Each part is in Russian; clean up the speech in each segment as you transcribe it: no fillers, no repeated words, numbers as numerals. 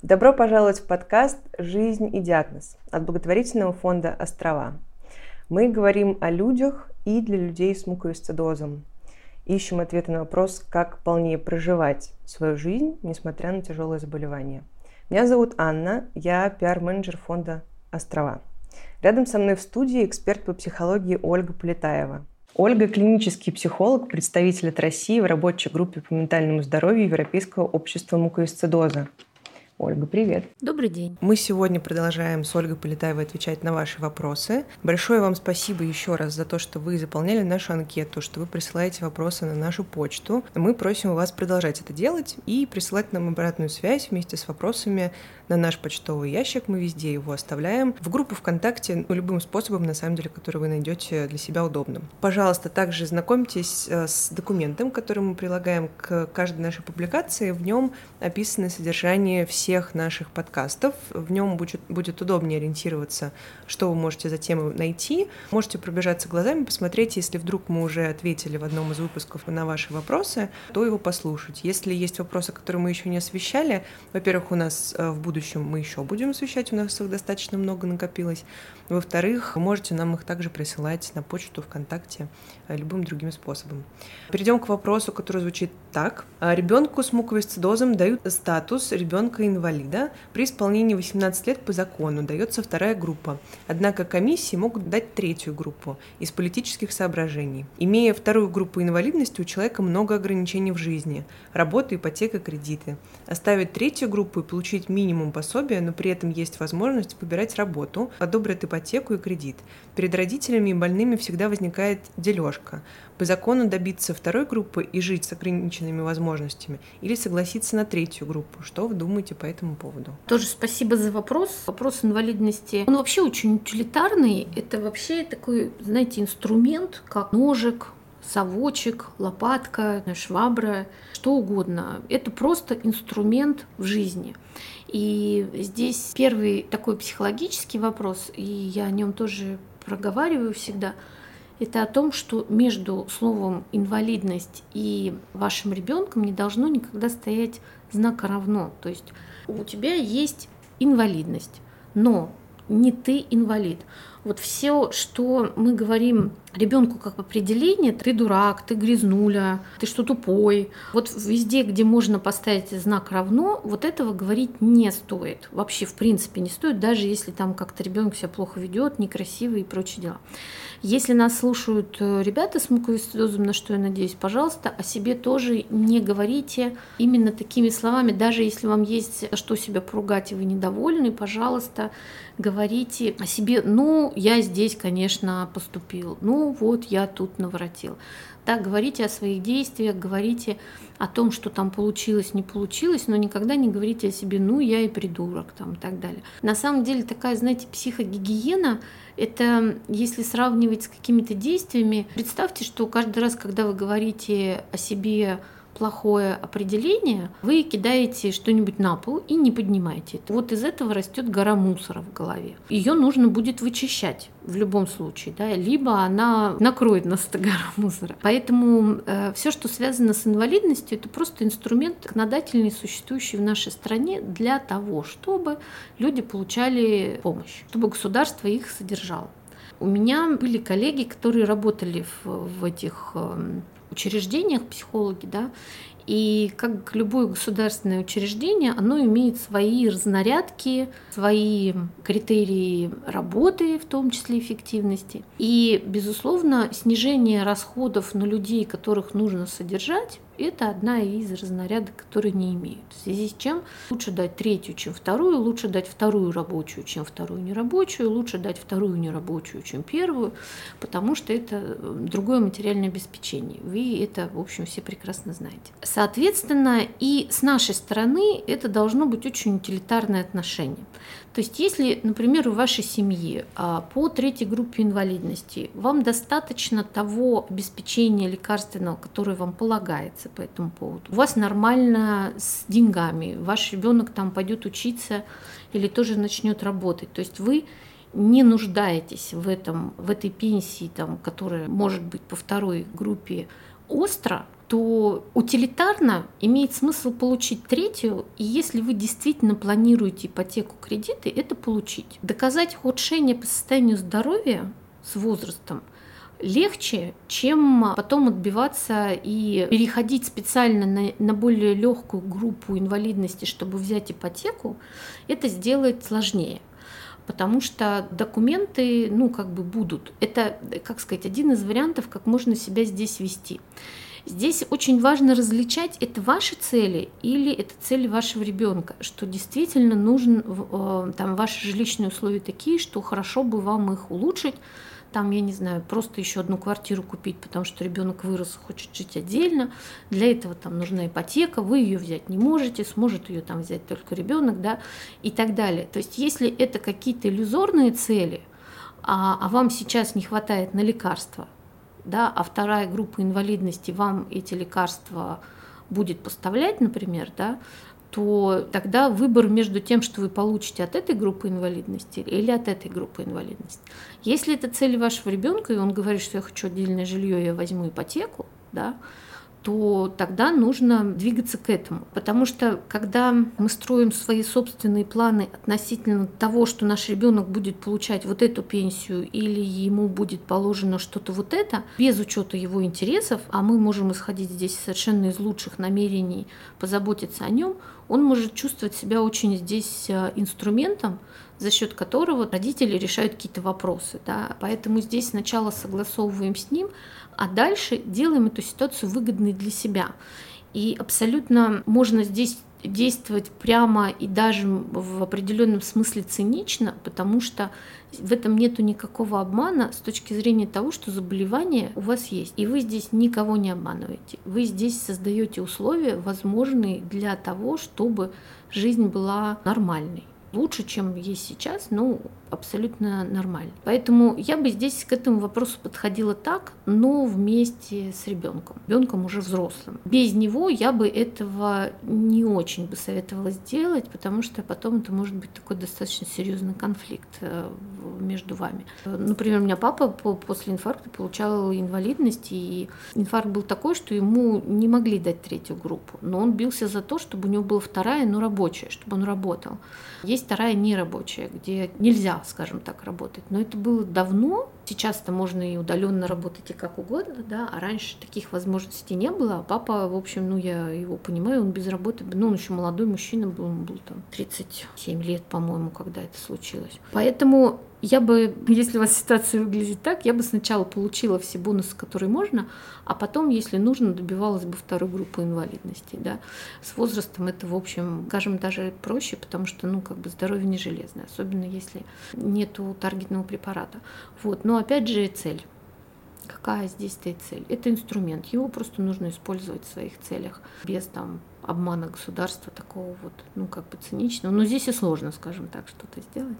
Добро пожаловать в подкаст «Жизнь и диагноз» от благотворительного фонда «Острова». Мы говорим о людях и для людей с муковисцидозом. Ищем ответы на вопрос, как полнее проживать свою жизнь, несмотря на тяжелое заболевание. Меня зовут Анна, я пиар-менеджер фонда «Острова». Рядом со мной в студии эксперт по психологии Ольга Полетаева. Ольга – клинический психолог, представитель от России в рабочей группе по ментальному здоровью Европейского общества муковисцидоза. Ольга, привет. Добрый день. Мы сегодня продолжаем с Ольгой Полетаевой отвечать на ваши вопросы. Большое вам спасибо еще раз за то, что вы заполняли нашу анкету, что вы присылаете вопросы на нашу почту. Мы просим вас продолжать это делать и присылать нам обратную связь вместе с вопросами на наш почтовый ящик. Мы везде его оставляем. В группу ВКонтакте, любым способом, на самом деле, который вы найдете для себя удобным. Пожалуйста, также знакомьтесь с документом, который мы прилагаем к каждой нашей публикации. В нем описано содержание всех наших подкастов. В нем будет удобнее ориентироваться, что вы можете затем найти. Можете пробежаться глазами, посмотреть, если вдруг мы уже ответили в одном из выпусков на ваши вопросы, то его послушать. Если есть вопросы, которые мы еще не освещали, во-первых, у нас в будущем мы еще будем освещать, у нас их достаточно много накопилось. Во-вторых, можете нам их также присылать на почту, ВКонтакте, любым другим способом. Перейдем к вопросу, который звучит так. Ребенку с муковисцидозом дают статус ребенка-инвалида. При исполнении 18 лет по закону дается вторая группа. Однако комиссии могут дать третью группу из политических соображений. Имея вторую группу инвалидности, у человека много ограничений в жизни. Работа, ипотека, кредиты. Оставить третью группу и получить минимум пособия, но при этом есть возможность выбирать работу, одобрят ипотеку и кредит. Перед родителями и больными всегда возникает дележка. По закону добиться второй группы и жить с ограниченными возможностями или согласиться на третью группу. Что вы думаете по этому поводу? Тоже спасибо за вопрос. Вопрос инвалидности, он вообще очень утилитарный. Это вообще такой, знаете, инструмент, как ножик, совочек, лопатка, швабра, что угодно. Это просто инструмент в жизни. И здесь первый такой психологический вопрос, и я о нем тоже проговариваю всегда, это о том, что между словом «инвалидность» и вашим ребенком не должно никогда стоять знака «равно». То есть у тебя есть инвалидность, но не ты инвалид. Вот все, что мы говорим ребенку как определение, ты дурак, ты грязнуля, ты что тупой. Вот везде, где можно поставить знак равно, вот этого говорить не стоит. Вообще, в принципе, не стоит, даже если там как-то ребенок себя плохо ведет, некрасивый и прочие дела. Если нас слушают ребята с муковисцидозом, на что я надеюсь, пожалуйста, о себе тоже не говорите именно такими словами. Даже если вам есть за что себя поругать и вы недовольны, пожалуйста, говорите о себе: ну, я здесь, конечно, поступил, ну, вот я тут наворотил. Да, говорите о своих действиях, говорите о том, что там получилось, не получилось, но никогда не говорите о себе: ну, я и придурок, там, и так далее. На самом деле такая, знаете, психогигиена, это если сравнивать с какими-то действиями, представьте, что каждый раз, когда вы говорите о себе плохое определение, вы кидаете что-нибудь на пол и не поднимаете это. Вот из этого растет гора мусора в голове. Ее нужно будет вычищать в любом случае, да, либо она накроет нас, эта гора мусора. Поэтому все, что связано с инвалидностью, это просто инструмент законодательный, существующий в нашей стране для того, чтобы люди получали помощь, чтобы государство их содержало. У меня были коллеги, которые работали в этих учреждениях, психологи, да, и как любое государственное учреждение, оно имеет свои разнарядки, свои критерии работы, в том числе эффективности. И, безусловно, снижение расходов на людей, которых нужно содержать, это одна из разнарядок, которые не имеют. В связи с чем лучше дать третью, чем вторую, лучше дать вторую рабочую, чем вторую нерабочую, лучше дать вторую нерабочую, чем первую, потому что это другое материальное обеспечение. Вы это, в общем, все прекрасно знаете. Соответственно, и с нашей стороны это должно быть очень утилитарное отношение. То есть, если, например, в вашей семье по третьей группе инвалидности вам достаточно того обеспечения лекарственного, которое вам полагается по этому поводу, у вас нормально с деньгами, ваш ребенок там пойдет учиться или тоже начнет работать, то есть вы не нуждаетесь в этой пенсии, там, которая может быть по второй группе остро, то утилитарно имеет смысл получить третью, и если вы действительно планируете ипотеку, кредиты, это получить. Доказать ухудшение по состоянию здоровья с возрастом легче, чем потом отбиваться и переходить специально на более легкую группу инвалидности, чтобы взять ипотеку, это сделать сложнее. Потому что документы, будут. Это, один из вариантов, как можно себя здесь вести. Здесь очень важно различать, это ваши цели или это цели вашего ребенка, что действительно нужно, ваши жилищные условия такие, что хорошо бы вам их улучшить, просто еще одну квартиру купить, потому что ребенок вырос и хочет жить отдельно. Для этого нужна ипотека, вы ее взять не можете, сможет ее взять только ребенок, и так далее. То есть, если это какие-то иллюзорные цели, а вам сейчас не хватает на лекарства, а вторая группа инвалидности вам эти лекарства будет поставлять, например, то тогда выбор между тем, что вы получите от этой группы инвалидности или от этой группы инвалидности. Если это цель вашего ребенка, и он говорит, что я хочу отдельное жилье, я возьму ипотеку, то тогда нужно двигаться к этому. Потому что когда мы строим свои собственные планы относительно того, что наш ребенок будет получать вот эту пенсию или ему будет положено что-то вот это, без учета его интересов, а мы можем исходить здесь совершенно из лучших намерений позаботиться о нем, он может чувствовать себя очень здесь инструментом, за счет которого родители решают какие-то вопросы. Поэтому здесь сначала согласовываем с ним, а дальше делаем эту ситуацию выгодной для себя. И абсолютно можно здесь действовать прямо и даже в определенном смысле цинично, потому что в этом нету никакого обмана с точки зрения того, что заболевание у вас есть. И вы здесь никого не обманываете. Вы здесь создаете условия, возможные для того, чтобы жизнь была нормальной. Лучше, чем есть сейчас, абсолютно нормально. Поэтому я бы здесь к этому вопросу подходила так, но вместе с ребенком. Ребенком уже взрослым. Без него я бы этого не очень бы советовала сделать, потому что потом это может быть такой достаточно серьезный конфликт между вами. Например, у меня папа после инфаркта получал инвалидность, и инфаркт был такой, что ему не могли дать третью группу, но он бился за то, чтобы у него была вторая, но рабочая, чтобы он работал. Есть вторая нерабочая, где нельзя, скажем так, работать. Но это было давно. Сейчас-то можно и удаленно работать, и как угодно, а раньше таких возможностей не было. А папа, в общем, я его понимаю, он без работы, он еще молодой мужчина был, он был 37 лет, по-моему, когда это случилось. Поэтому я бы, если у вас ситуация выглядит так, я бы сначала получила все бонусы, которые можно, а потом, если нужно, добивалась бы второй группы инвалидности. С возрастом это, в общем, скажем, даже проще, потому что, здоровье не железное, особенно если нету таргетного препарата. Но опять же цель. Какая здесь стоит цель? Это инструмент, его просто нужно использовать в своих целях, без обмана государства, такого циничного. Но здесь и сложно, скажем так, что-то сделать.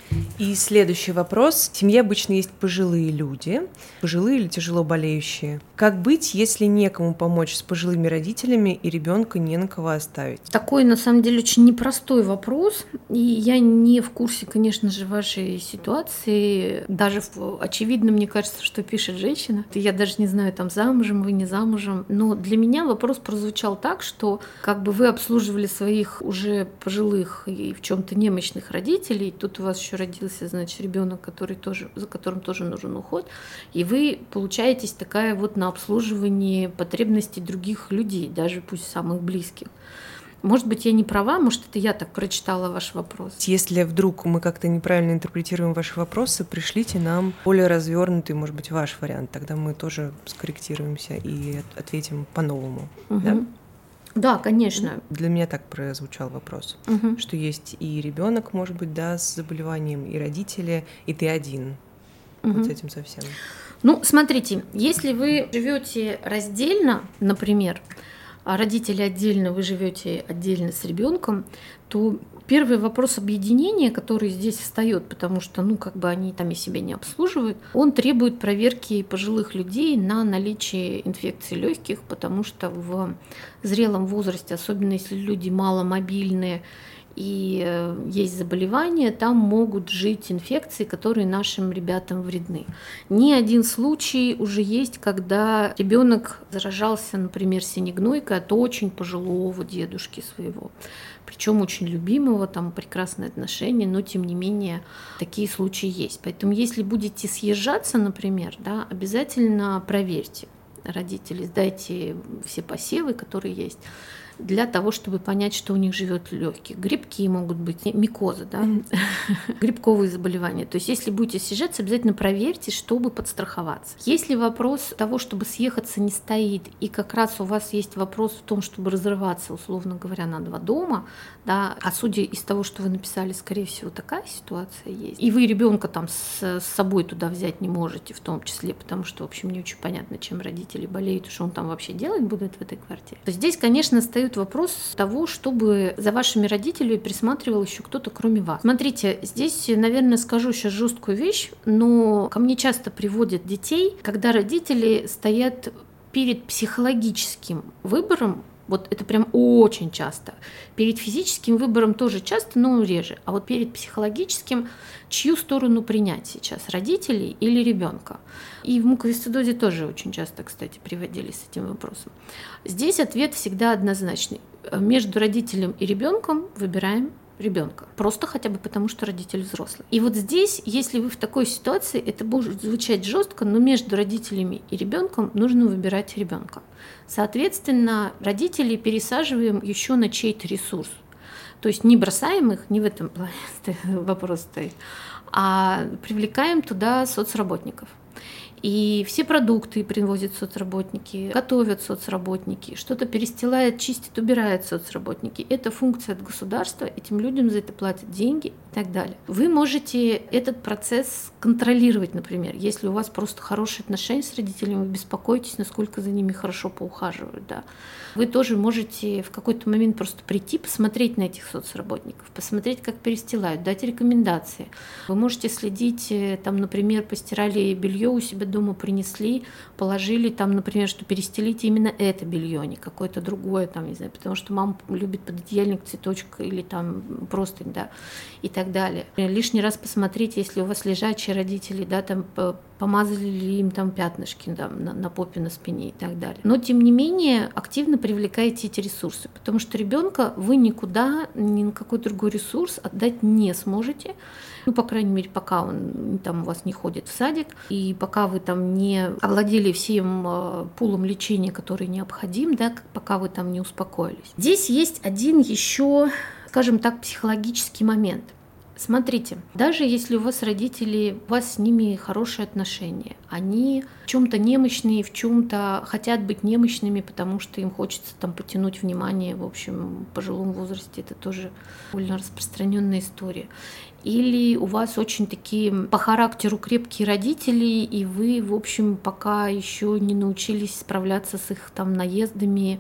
И следующий вопрос. В семье обычно есть пожилые люди, пожилые или тяжело болеющие. Как быть, если некому помочь с пожилыми родителями и ребенка не на кого оставить? Такой, на самом деле, очень непростой вопрос. И я не в курсе, конечно же, вашей ситуации. Даже очевидно, мне кажется, что пишет женщина. Я даже не знаю, замужем вы, не замужем. Но для меня вопрос прозвучал так, что вы обслуживали своих уже пожилых и в чем-то немощных родителей, тут у вас еще родился, ребенок, за которым тоже нужен уход, и вы получаетесь такая на обслуживании потребностей других людей, даже пусть самых близких. Может быть, я не права, может, это я так прочитала ваш вопрос. Если вдруг мы как-то неправильно интерпретируем ваши вопросы, пришлите нам более развернутый, может быть, ваш вариант, тогда мы тоже скорректируемся и ответим по-новому. Угу. Да, конечно. Для меня так прозвучал вопрос, что есть и ребенок, может быть, с заболеванием, и родители, и ты один. С этим совсем. Смотрите, если вы живете раздельно, например, а родители отдельно, вы живете отдельно с ребенком, то первый вопрос объединения, который здесь встает, потому что, они там и себя не обслуживают, он требует проверки пожилых людей на наличие инфекций легких, потому что в зрелом возрасте, особенно если люди маломобильные и есть заболевания, там могут жить инфекции, которые нашим ребятам вредны. Ни один случай уже есть, когда ребенок заражался, например, синегнойкой от очень пожилого дедушки своего. Причем очень любимого, там прекрасные отношения, но тем не менее такие случаи есть. Поэтому если будете съезжаться, например, да, обязательно проверьте, родители, сдайте все посевы, которые есть, для того, чтобы понять, что у них живет в легких. Грибки могут быть, микоза, да, грибковые заболевания. То есть, если будете съезжаться, обязательно проверьте, чтобы подстраховаться. Если вопрос того, чтобы съехаться, не стоит, и как раз у вас есть вопрос в том, чтобы разрываться, условно говоря, на 2 дома, да, а судя из того, что вы написали, скорее всего, такая ситуация есть, и вы ребенка там с собой туда взять не можете, в том числе, потому что, в общем, не очень понятно, чем родители болеют, что он там вообще делать будет в этой квартире, то здесь, конечно, встает вопрос того, чтобы за вашими родителями присматривал еще кто-то, кроме вас. Смотрите, здесь, наверное, скажу сейчас жесткую вещь, но ко мне часто приводят детей, когда родители стоят перед психологическим выбором. Вот это прям очень часто. Перед физическим выбором тоже часто, но реже. А вот перед психологическим, чью сторону принять сейчас, родителей или ребенка? И в муковисцидозе тоже очень часто, кстати, приводили с этим вопросом. Здесь ответ всегда однозначный. Между родителем и ребенком выбираем ребенка. Просто хотя бы потому, что родитель взрослый. И вот здесь, если вы в такой ситуации, это будет звучать жестко, но между родителями и ребенком нужно выбирать ребенка. Соответственно, родителей пересаживаем еще на чей-то ресурс. То есть не бросаем их, не в этом плане вопрос стоит, а привлекаем туда соцработников. И все продукты привозят соцработники, готовят соцработники, что-то перестилают, чистят, убирают соцработники. Это функция от государства, этим людям за это платят деньги и так далее. Вы можете этот процесс контролировать, например, если у вас просто хорошие отношения с родителями, вы беспокоитесь, насколько за ними хорошо поухаживают. Да. Вы тоже можете в какой-то момент просто прийти, посмотреть на этих соцработников, посмотреть, как перестилают, дать рекомендации. Вы можете следить, там, например, постирали белье у себя дома, принесли, положили там, например, что перестелите именно это белье, а не какое-то другое, там, не знаю, потому что мама любит пододеяльник, цветочек или там простынь, да, и так далее. Лишний раз посмотреть, если у вас лежачие родители, да, там помазали ли им там пятнышки, да, на попе, на спине и так далее. Но, тем не менее, активно привлекаете эти ресурсы, потому что ребенка вы никуда, ни на какой другой ресурс отдать не сможете, ну, по крайней мере, пока он там у вас не ходит в садик, и пока вы там не овладели всем пулом лечения, который необходим, да, пока вы там не успокоились. Здесь есть один еще, скажем так, психологический момент. Смотрите, даже если у вас родители, у вас с ними хорошие отношения, они в чем-то немощные, в чем-то хотят быть немощными, потому что им хочется там потянуть внимание, в общем, в пожилом возрасте это тоже довольно распространенная история. Или у вас очень такие по характеру крепкие родители, и вы, в общем, пока еще не научились справляться с их там наездами,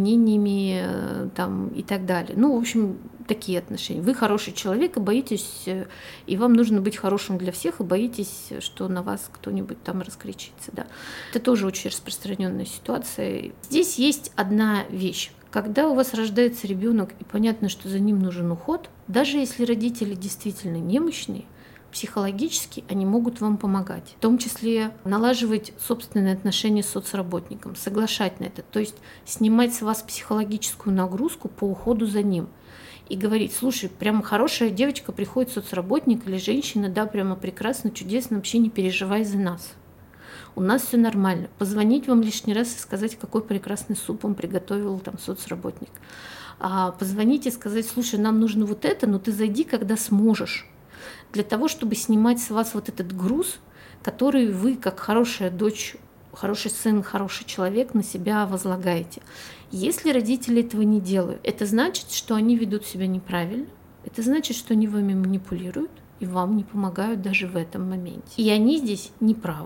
обвинениями там, и так далее. Ну, в общем, такие отношения. Вы хороший человек и боитесь, и вам нужно быть хорошим для всех, и боитесь, что на вас кто-нибудь там раскричится. Да. Это тоже очень распространенная ситуация. Здесь есть одна вещь. Когда у вас рождается ребенок, и понятно, что за ним нужен уход, даже если родители действительно немощные, психологически они могут вам помогать. В том числе налаживать собственные отношения с соцработником, соглашать на это, то есть снимать с вас психологическую нагрузку по уходу за ним. И говорить: слушай, прямо хорошая девочка, приходит соцработник или женщина, да, прямо прекрасно, чудесно, вообще не переживай за нас. У нас все нормально. Позвонить вам лишний раз и сказать, какой прекрасный суп он приготовил там соцработник. Позвонить и сказать: слушай, нам нужно вот это, но ты зайди, когда сможешь. Для того, чтобы снимать с вас вот этот груз, который вы, как хорошая дочь, хороший сын, хороший человек, на себя возлагаете. Если родители этого не делают, это значит, что они ведут себя неправильно, это значит, что они вами манипулируют и вам не помогают даже в этом моменте. И они здесь неправы.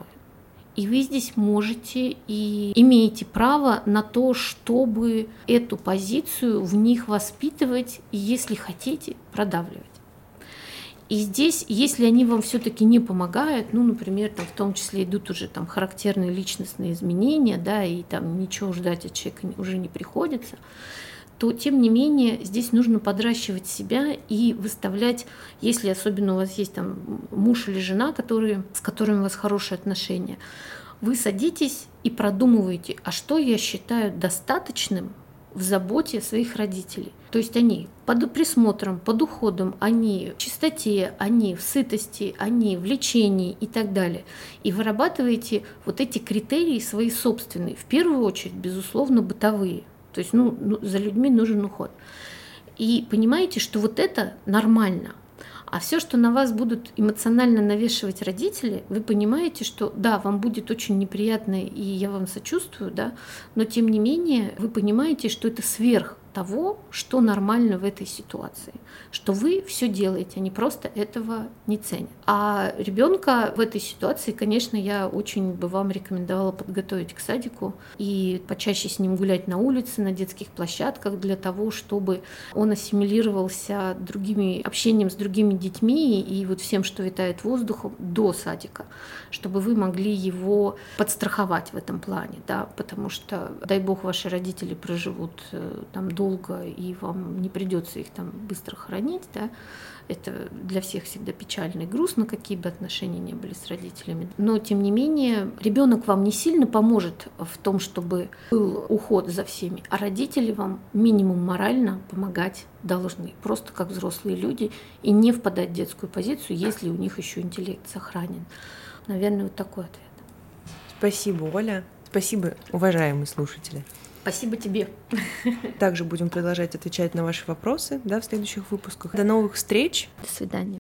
И вы здесь можете и имеете право на то, чтобы эту позицию в них воспитывать и, если хотите, продавливать. И здесь, если они вам все-таки не помогают, ну, например, там, в том числе идут уже там характерные личностные изменения, да, и там ничего ждать от человека уже не приходится, то, тем не менее, здесь нужно подращивать себя и выставлять, если особенно у вас есть там муж или жена, с которыми у вас хорошие отношения, вы садитесь и продумываете, а что я считаю достаточным в заботе своих родителей. То есть они под присмотром, под уходом, они в чистоте, они в сытости, они в лечении и так далее. И вырабатываете вот эти критерии свои собственные, в первую очередь, безусловно, бытовые. То есть за людьми нужен уход. И понимаете, что вот это нормально. А все, что на вас будут эмоционально навешивать родители, вы понимаете, что да, вам будет очень неприятно, и я вам сочувствую, да, но тем не менее вы понимаете, что это сверх того, что нормально в этой ситуации, что вы все делаете, они просто этого не ценят. А ребенка в этой ситуации, конечно, я очень бы вам рекомендовала подготовить к садику и почаще с ним гулять на улице, на детских площадках для того, чтобы он ассимилировался общением с другими детьми и вот всем, что витает воздухом до садика, чтобы вы могли его подстраховать в этом плане, да, потому что, дай бог, ваши родители проживут там долго, и вам не придется их там быстро хоронить, да, это для всех всегда печально и грустно, какие бы отношения ни были с родителями. Но, тем не менее, ребенок вам не сильно поможет в том, чтобы был уход за всеми, а родители вам минимум морально помогать должны, просто как взрослые люди, и не впадать в детскую позицию, если у них еще интеллект сохранен. Наверное, вот такой ответ. Спасибо, Оля. Спасибо, уважаемые слушатели. Спасибо тебе. Также будем продолжать отвечать на ваши вопросы, да, в следующих выпусках. До новых встреч. До свидания.